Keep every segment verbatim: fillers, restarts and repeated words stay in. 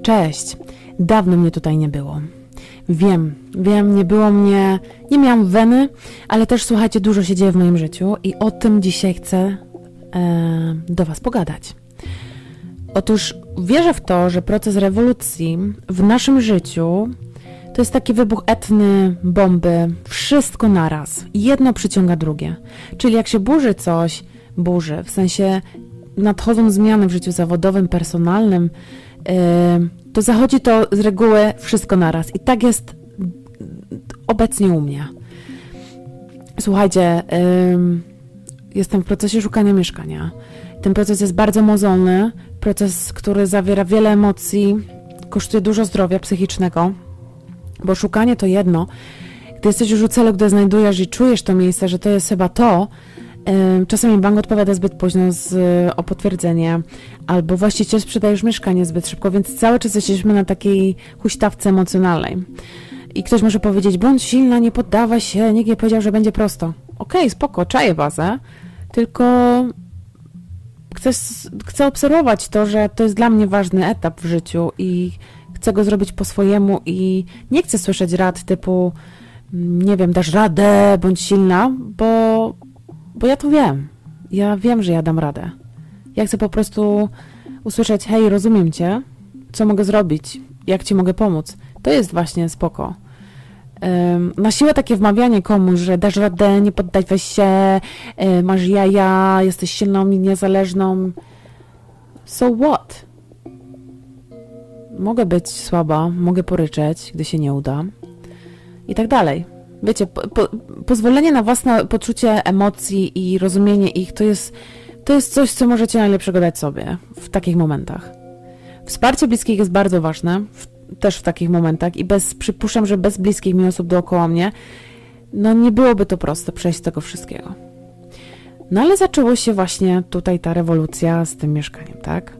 Cześć, dawno mnie tutaj nie było. Wiem, wiem, nie było mnie, nie miałam weny, ale też słuchajcie, dużo się dzieje w moim życiu i o tym dzisiaj chcę e, do Was pogadać. Otóż wierzę w to, że proces rewolucji w naszym życiu to jest taki wybuch etny, bomby, wszystko naraz. Jedno przyciąga drugie. Czyli jak się burzy coś, burzy, w sensie nadchodzą zmiany w życiu zawodowym, personalnym, to zachodzi to z reguły wszystko naraz. I tak jest obecnie u mnie. Słuchajcie, jestem w procesie szukania mieszkania. Ten proces jest bardzo mozolny, proces, który zawiera wiele emocji, kosztuje dużo zdrowia psychicznego, bo szukanie to jedno. Gdy jesteś już u celu, gdy znajdujesz i czujesz to miejsce, że to jest chyba to, czasami bank odpowiada zbyt późno z, o potwierdzenie, albo właściciel sprzedaje już mieszkanie zbyt szybko, więc cały czas jesteśmy na takiej huśtawce emocjonalnej. I ktoś może powiedzieć, bądź silna, nie poddawaj się, nikt nie powiedział, że będzie prosto. Okej, okay, spoko, czaję bazę, tylko chcę, chcę obserwować to, że to jest dla mnie ważny etap w życiu i chcę go zrobić po swojemu i nie chcę słyszeć rad typu, nie wiem, dasz radę, bądź silna, bo Bo ja to wiem. Ja wiem, że ja dam radę. Ja chcę po prostu usłyszeć, hej, rozumiem Cię, co mogę zrobić, jak Ci mogę pomóc. To jest właśnie spoko. Um, na siłę takie wmawianie komuś, że dasz radę, nie poddawaj się, y, masz jaja, jesteś silną i niezależną. So what? Mogę być słaba, mogę poryczeć, gdy się nie uda i tak dalej. Wiecie, po, po, pozwolenie na własne poczucie emocji i rozumienie ich to jest, to jest coś, co możecie najlepszego dać sobie w takich momentach. Wsparcie bliskich jest bardzo ważne, w, też w takich momentach i bez, przypuszczam, że bez bliskich mi osób dookoła mnie, no nie byłoby to proste przejść z tego wszystkiego. No ale zaczęło się właśnie tutaj ta rewolucja z tym mieszkaniem, tak?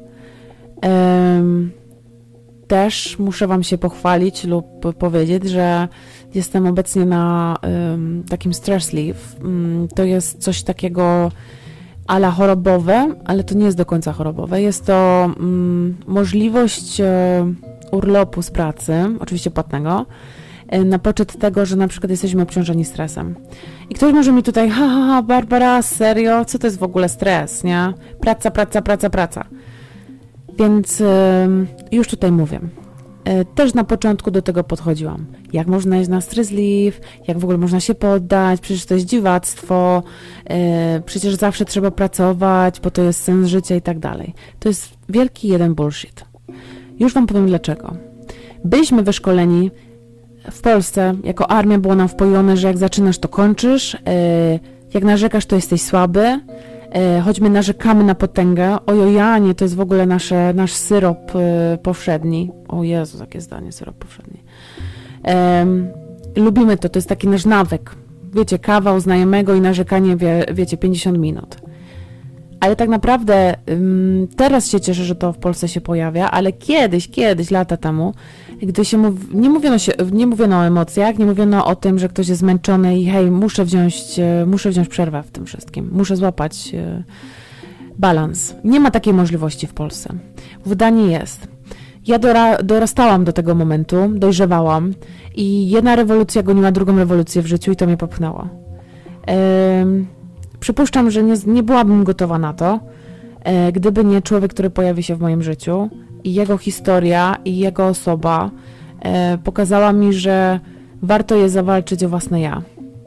Ehm, też muszę Wam się pochwalić lub powiedzieć, że jestem obecnie na um, takim stress leave. Um, to jest coś takiego a la chorobowe, ale to nie jest do końca chorobowe. Jest to um, możliwość um, urlopu z pracy, oczywiście płatnego, um, na poczet tego, że na przykład jesteśmy obciążeni stresem. I ktoś może mi tutaj, ha, ha, ha, Barbara, serio? Co to jest w ogóle stres, nie? Praca, praca, praca, praca. Więc um, już tutaj mówię. Też na początku do tego podchodziłam. Jak można iść na stress leave, jak w ogóle można się poddać, przecież to jest dziwactwo, yy, przecież zawsze trzeba pracować, bo to jest sens życia i tak dalej. To jest wielki jeden bullshit. Już Wam powiem dlaczego. Byliśmy wyszkoleni w Polsce, jako armia było nam wpojone, że jak zaczynasz, to kończysz, yy, jak narzekasz, to jesteś słaby, choć my narzekamy na potęgę, ojojanie, to jest w ogóle nasze, nasz syrop y, powszedni. O Jezu, jakie zdanie, syrop powszedni. Um, lubimy to, to jest taki nasz nawyk. Wiecie, kawał znajomego i narzekanie, wie, wiecie, pięćdziesiąt minut. Ale tak naprawdę um, teraz się cieszę, że to w Polsce się pojawia, ale kiedyś, kiedyś, lata temu, gdy się mów, nie, mówiono się, nie mówiono o emocjach, nie mówiono o tym, że ktoś jest zmęczony i hej, muszę wziąć, muszę wziąć przerwę w tym wszystkim, muszę złapać e, balans. Nie ma takiej możliwości w Polsce. W Danii jest. Ja dora, dorastałam do tego momentu, dojrzewałam i jedna rewolucja goniła drugą rewolucję w życiu i to mnie popchnęło. E, przypuszczam, że nie, nie byłabym gotowa na to, e, gdyby nie człowiek, który pojawi się w moim życiu i jego historia i jego osoba e, pokazała mi, że warto jest zawalczyć o własne ja.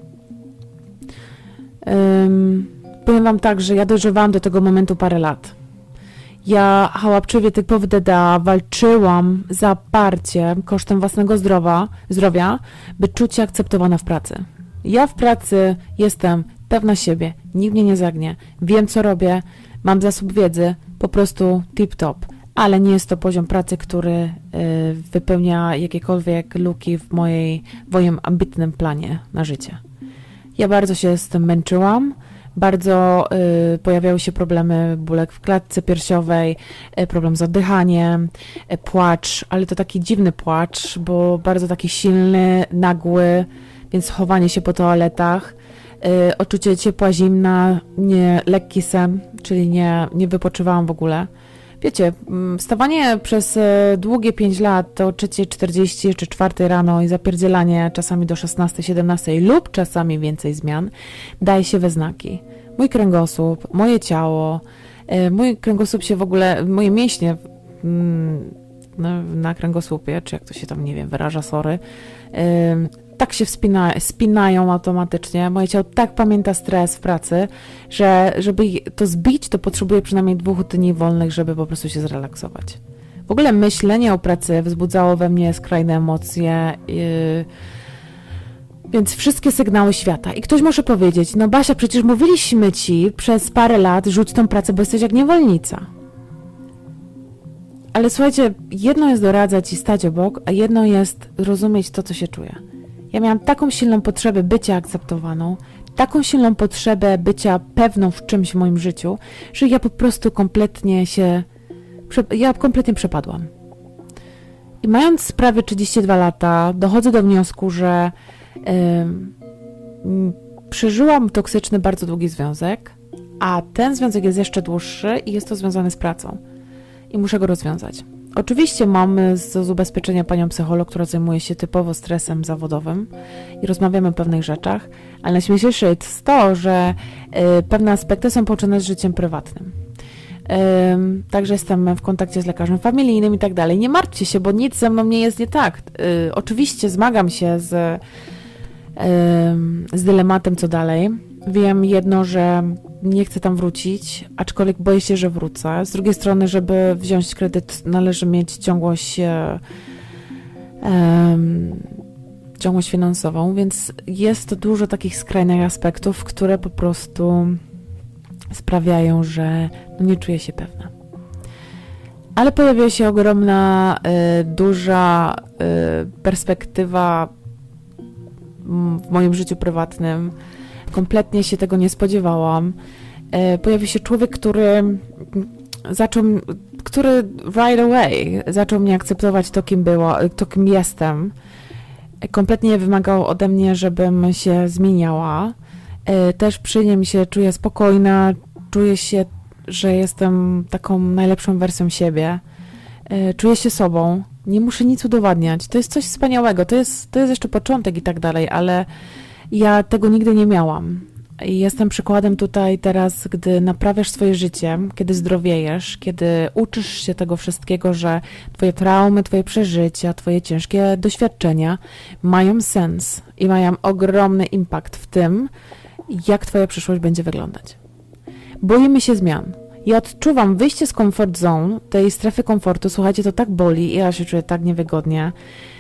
Um, powiem Wam tak, że ja dojrzewałam do tego momentu parę lat. Ja chałapczywie typowy deda walczyłam zaparcie kosztem własnego zdrowia, zdrowia, by czuć się akceptowana w pracy. Ja w pracy jestem pewna siebie, nikt mnie nie zagnie, wiem co robię, mam zasób wiedzy, po prostu tip-top. Ale nie jest to poziom pracy, który y, wypełnia jakiekolwiek luki w, mojej, w moim ambitnym planie na życie. Ja bardzo się z tym męczyłam, bardzo y, pojawiały się problemy bólek w klatce piersiowej, y, problem z oddychaniem, y, płacz, ale to taki dziwny płacz, bo bardzo taki silny, nagły, więc chowanie się po toaletach, y, odczucie ciepła, zimna, nie, lekki sen, czyli nie, nie wypoczywałam w ogóle. wiecie, wstawanie przez długie pięć lat do trzeciej czterdzieści czy czwartej rano i zapierdzielanie czasami do szesnastej, siedemnastej lub czasami więcej zmian daje się we znaki. Mój kręgosłup, moje ciało, mój kręgosłup się w ogóle, moje mięśnie na, na kręgosłupie, czy jak to się tam, nie wiem, wyraża, sorry, tak się wspina, spinają automatycznie. Moje ciało tak pamięta stres w pracy, że żeby to zbić, to potrzebuję przynajmniej dwóch dni wolnych, żeby po prostu się zrelaksować. W ogóle myślenie o pracy wzbudzało we mnie skrajne emocje, yy, więc wszystkie sygnały świata. I ktoś może powiedzieć, no Basia, przecież mówiliśmy ci przez parę lat, rzuć tą pracę, bo jesteś jak niewolnica. Ale słuchajcie, jedno jest doradzać i stać obok, a jedno jest rozumieć to, co się czuje. Ja miałam taką silną potrzebę bycia akceptowaną, taką silną potrzebę bycia pewną w czymś w moim życiu, że ja po prostu kompletnie się, ja kompletnie przepadłam. I mając prawie trzydzieści dwa lata, dochodzę do wniosku, że yy, przeżyłam toksyczny, bardzo długi związek, a ten związek jest jeszcze dłuższy i jest to związane z pracą. I muszę go rozwiązać. Oczywiście mamy z, z ubezpieczenia panią psycholog, która zajmuje się typowo stresem zawodowym i rozmawiamy o pewnych rzeczach, ale najśmieszniejsze jest to, że y, pewne aspekty są połączone z życiem prywatnym. Y, także jestem w kontakcie z lekarzem familijnym i tak dalej. Nie martwcie się, bo nic ze mną nie jest nie tak. Y, oczywiście zmagam się z, y, z dylematem, co dalej. Wiem jedno, że nie chcę tam wrócić, aczkolwiek boję się, że wrócę. Z drugiej strony, żeby wziąć kredyt, należy mieć ciągłość, e, e, ciągłość finansową, więc jest to dużo takich skrajnych aspektów, które po prostu sprawiają, że no nie czuję się pewna. Ale pojawia się ogromna, e, duża e, perspektywa w moim życiu prywatnym. Kompletnie się tego nie spodziewałam. E, pojawił się człowiek, który zaczął, który right away zaczął mnie akceptować to, kim było, to, kim jestem. E, kompletnie wymagał ode mnie, żebym się zmieniała. E, też przy nim się czuję spokojna, czuję się, że jestem taką najlepszą wersją siebie. E, czuję się sobą. Nie muszę nic udowadniać. To jest coś wspaniałego. To jest, to jest jeszcze początek i tak dalej, ale ja tego nigdy nie miałam. I jestem przykładem tutaj teraz, gdy naprawiasz swoje życie, kiedy zdrowiejesz, kiedy uczysz się tego wszystkiego, że twoje traumy, twoje przeżycia, twoje ciężkie doświadczenia mają sens i mają ogromny impact w tym, jak twoja przyszłość będzie wyglądać. Boimy się zmian. Ja odczuwam wyjście z comfort zone, tej strefy komfortu, słuchajcie, to tak boli i ja się czuję tak niewygodnie,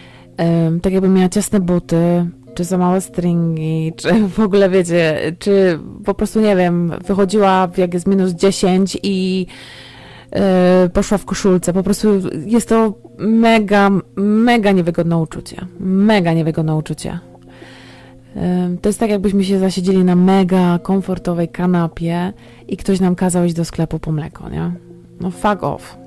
um, tak jakbym miała ciasne buty, czy za małe stringi, czy w ogóle wiecie, czy po prostu, nie wiem, wychodziła jak jest minus dziesięć i yy, poszła w koszulce. Po prostu jest to mega, mega niewygodne uczucie. Mega niewygodne uczucie. Yy, to jest tak, jakbyśmy się zasiedzieli na mega komfortowej kanapie i ktoś nam kazał iść do sklepu po mleko, nie? No fuck off.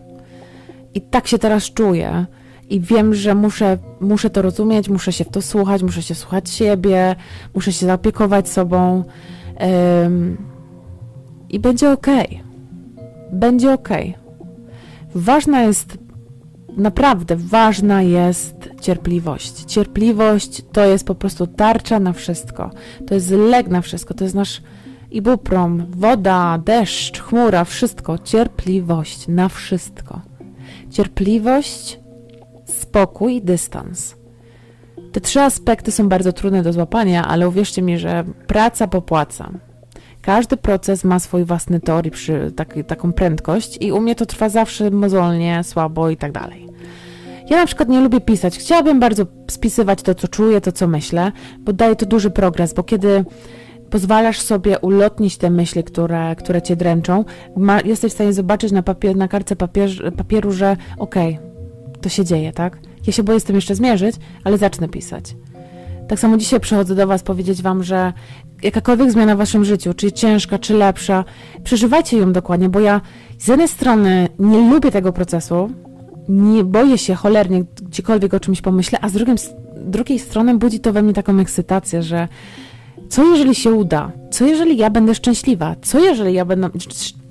I tak się teraz czuję. I wiem, że muszę, muszę to rozumieć, muszę się w to słuchać, muszę się słuchać siebie, muszę się zaopiekować sobą ym, i będzie okej. Będzie okej. Ważna jest, naprawdę ważna jest cierpliwość. Cierpliwość to jest po prostu tarcza na wszystko. To jest lek na wszystko. To jest nasz ibuprom, woda, deszcz, chmura, wszystko. Cierpliwość na wszystko. Cierpliwość, spokój i dystans. Te trzy aspekty są bardzo trudne do złapania, ale uwierzcie mi, że praca popłaca. Każdy proces ma swój własny tor i przy, tak, taką prędkość i u mnie to trwa zawsze mozolnie, słabo i tak dalej. Ja na przykład nie lubię pisać. Chciałabym bardzo spisywać to, co czuję, to, co myślę, bo daje to duży progres, bo kiedy pozwalasz sobie ulotnić te myśli, które, które cię dręczą, ma, jesteś w stanie zobaczyć na, papier, na kartce papier, papieru, że okej, okay, to się dzieje, tak? Ja się boję z tym jeszcze zmierzyć, ale zacznę pisać. Tak samo dzisiaj przychodzę do was powiedzieć wam, że jakakolwiek zmiana w waszym życiu, czy ciężka, czy lepsza, przeżywajcie ją dokładnie, bo ja z jednej strony nie lubię tego procesu, nie boję się cholernie gdziekolwiek o czymś pomyślę, a z drugiej, z drugiej strony budzi to we mnie taką ekscytację, że co jeżeli się uda? Co jeżeli ja będę szczęśliwa? Co jeżeli ja będę, czy, czy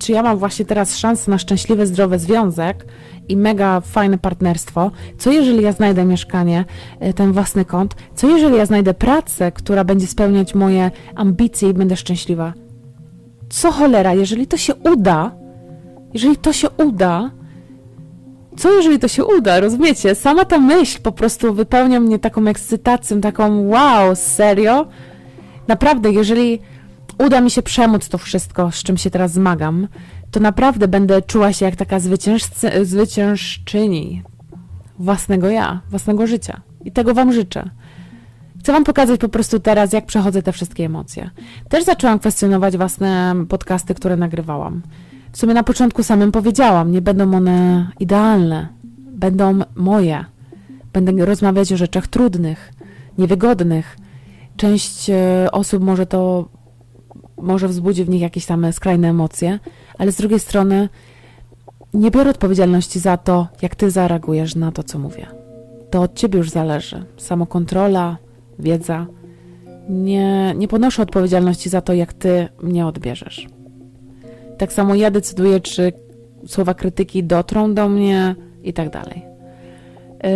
czy ja mam właśnie teraz szansę na szczęśliwy, zdrowy związek i mega fajne partnerstwo, co jeżeli ja znajdę mieszkanie, ten własny kąt, co jeżeli ja znajdę pracę, która będzie spełniać moje ambicje i będę szczęśliwa. Co cholera, jeżeli to się uda, jeżeli to się uda, co jeżeli to się uda, rozumiecie? Sama ta myśl po prostu wypełnia mnie taką ekscytacją, taką wow, serio? Naprawdę, jeżeli uda mi się przemóc to wszystko, z czym się teraz zmagam, to naprawdę będę czuła się jak taka zwyciężcy, zwyciężczyni własnego ja, własnego życia. I tego wam życzę. Chcę wam pokazać po prostu teraz, jak przechodzę te wszystkie emocje. Też zaczęłam kwestionować własne podcasty, które nagrywałam. W sumie na początku samym powiedziałam, nie będą one idealne. Będą moje. Będę rozmawiać o rzeczach trudnych, niewygodnych. Część osób może to, może wzbudzi w nich jakieś same skrajne emocje, ale z drugiej strony nie biorę odpowiedzialności za to, jak ty zareagujesz na to, co mówię. To od ciebie już zależy. Samokontrola, wiedza. Nie, nie ponoszę odpowiedzialności za to, jak ty mnie odbierzesz. Tak samo ja decyduję, czy słowa krytyki dotrą do mnie i tak dalej. Yy,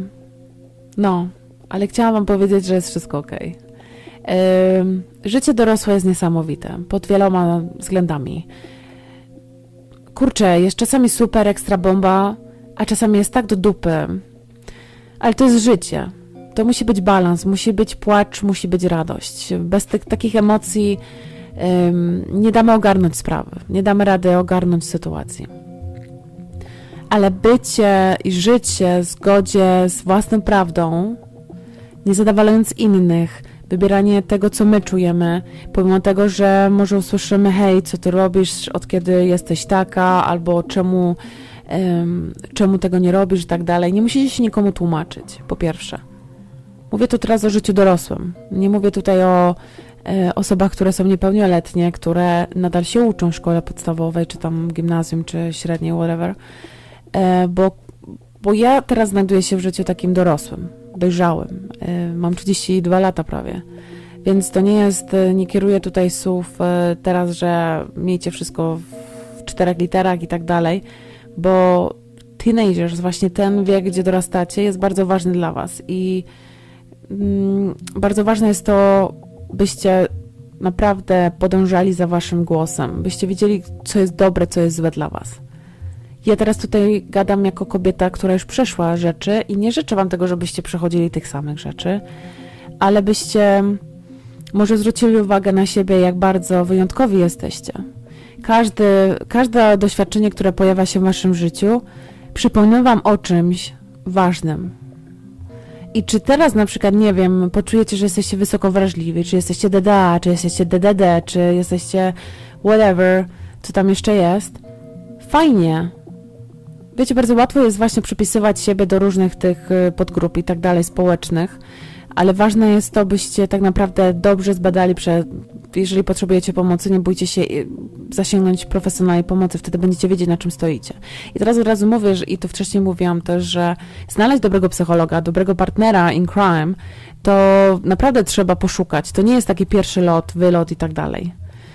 no, ale chciałam wam powiedzieć, że jest wszystko okej. Yy, życie dorosłe jest niesamowite, pod wieloma względami. Kurczę, jest czasami super, ekstra bomba, a czasami jest tak do dupy. Ale to jest życie. To musi być balans, musi być płacz, musi być radość. Bez tych takich emocji ym, nie damy ogarnąć sprawy, nie damy rady ogarnąć sytuacji. Ale bycie i życie w zgodzie z własną prawdą, nie zadawalając innych, wybieranie tego, co my czujemy, pomimo tego, że może usłyszymy, hej, co ty robisz, od kiedy jesteś taka, albo czemu, um, czemu tego nie robisz i tak dalej. Nie musicie się nikomu tłumaczyć, po pierwsze. Mówię tu teraz o życiu dorosłym. Nie mówię tutaj o e, osobach, które są niepełnoletnie, które nadal się uczą w szkole podstawowej, czy tam gimnazjum, czy średniej, whatever. E, bo, bo ja teraz znajduję się w życiu takim dorosłym, dojrzałym. E, mam trzydzieści dwa lata prawie. Więc to nie jest, nie kieruję tutaj słów e, teraz, że miejcie wszystko w czterech literach i tak dalej, bo teenagers, właśnie ten wiek, gdzie dorastacie, jest bardzo ważny dla was i bardzo ważne jest to, byście naprawdę podążali za waszym głosem, byście wiedzieli, co jest dobre, co jest złe dla was. Ja teraz tutaj gadam jako kobieta, która już przeszła rzeczy i nie życzę wam tego, żebyście przechodzili tych samych rzeczy, ale byście może zwrócili uwagę na siebie, jak bardzo wyjątkowi jesteście. Każdy, każde doświadczenie, które pojawia się w waszym życiu, przypomina wam o czymś ważnym. I czy teraz na przykład, nie wiem, poczujecie, że jesteście wysoko wrażliwi, czy jesteście D D A, czy jesteście D D D, czy jesteście whatever, co tam jeszcze jest, fajnie. Wiecie, bardzo łatwo jest właśnie przypisywać siebie do różnych tych podgrup i tak dalej społecznych, ale ważne jest to, byście tak naprawdę dobrze zbadali, jeżeli potrzebujecie pomocy, nie bójcie się zasięgnąć profesjonalnej pomocy, wtedy będziecie wiedzieć, na czym stoicie. I teraz od razu mówię, że, i to wcześniej mówiłam też, że znaleźć dobrego psychologa, dobrego partnera in crime, to naprawdę trzeba poszukać. To nie jest taki pierwszy lot, wylot i tak dalej.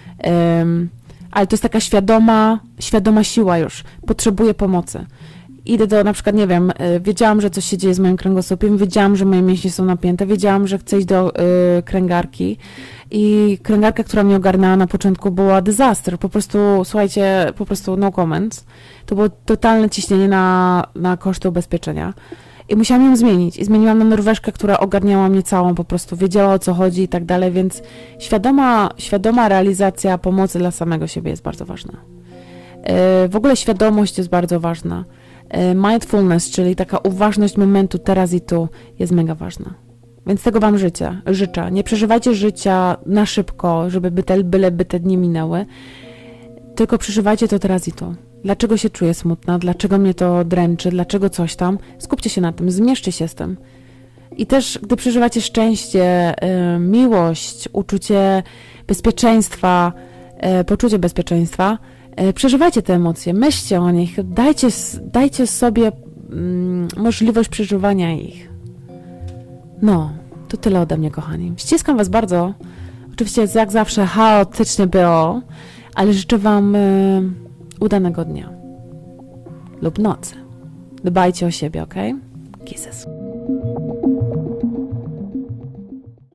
Um, ale to jest taka świadoma, świadoma siła już. Potrzebuję pomocy. Idę do, na przykład, nie wiem, wiedziałam, że coś się dzieje z moim kręgosłupiem, wiedziałam, że moje mięśnie są napięte, wiedziałam, że chcę iść do y, kręgarki i kręgarka, która mnie ogarnęła na początku, była disaster, po prostu, słuchajcie, po prostu no comments. To było totalne ciśnienie na, na koszty ubezpieczenia i musiałam ją zmienić i zmieniłam na Norweżkę, która ogarniała mnie całą, po prostu wiedziała, o co chodzi i tak dalej, więc świadoma, świadoma realizacja pomocy dla samego siebie jest bardzo ważna. Y, w ogóle świadomość jest bardzo ważna. Mindfulness, czyli taka uważność momentu teraz i tu jest mega ważna. Więc tego wam życzę. życzę. Nie przeżywajcie życia na szybko, żeby by te, byleby te dni minęły, tylko przeżywajcie to teraz i tu. Dlaczego się czuję smutna? Dlaczego mnie to dręczy? Dlaczego coś tam? Skupcie się na tym, zmierzcie się z tym. I też, gdy przeżywacie szczęście, yy, miłość, uczucie bezpieczeństwa, yy, poczucie bezpieczeństwa, przeżywajcie te emocje, myślcie o nich, dajcie, dajcie sobie mm, możliwość przeżywania ich. No, to tyle ode mnie, kochani. Ściskam was bardzo. Oczywiście jak zawsze chaotycznie było, ale życzę Wam y, udanego dnia lub nocy. Dbajcie o siebie, ok? Kisses.